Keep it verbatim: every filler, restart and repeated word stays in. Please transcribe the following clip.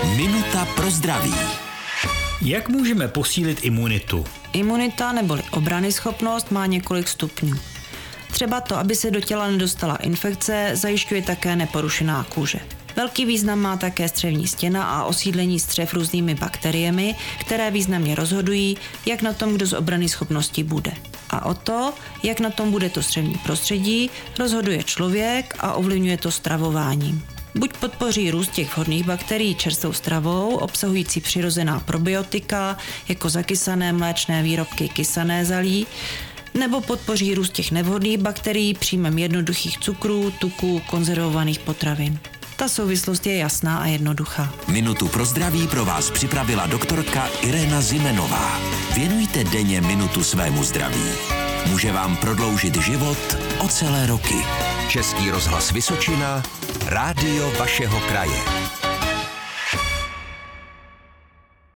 Minuta pro zdraví. Jak můžeme posílit imunitu? Imunita neboli obranyschopnost má několik stupňů. Třeba to, aby se do těla nedostala infekce, zajišťuje také neporušená kůže. Velký význam má také střevní stěna a osídlení střev různými bakteriemi, které významně rozhodují, jak na tom kdo z obranyschopností bude. A o to, jak na tom bude to střevní prostředí, rozhoduje člověk a ovlivňuje to stravováním. Buď podpoří růst těch vhodných bakterií čerstvou stravou, obsahující přirozená probiotika, jako zakysané mléčné výrobky kysané zalí, nebo podpoří růst těch nevhodných bakterií příjmem jednoduchých cukrů, tuků, konzervovaných potravin. Ta souvislost je jasná a jednoduchá. Minutu pro zdraví pro vás připravila doktorka Irena Zimenová. Věnujte denně minutu svému zdraví. Může vám prodloužit život o celé roky. Český rozhlas Vysočina, rádio vašeho kraje.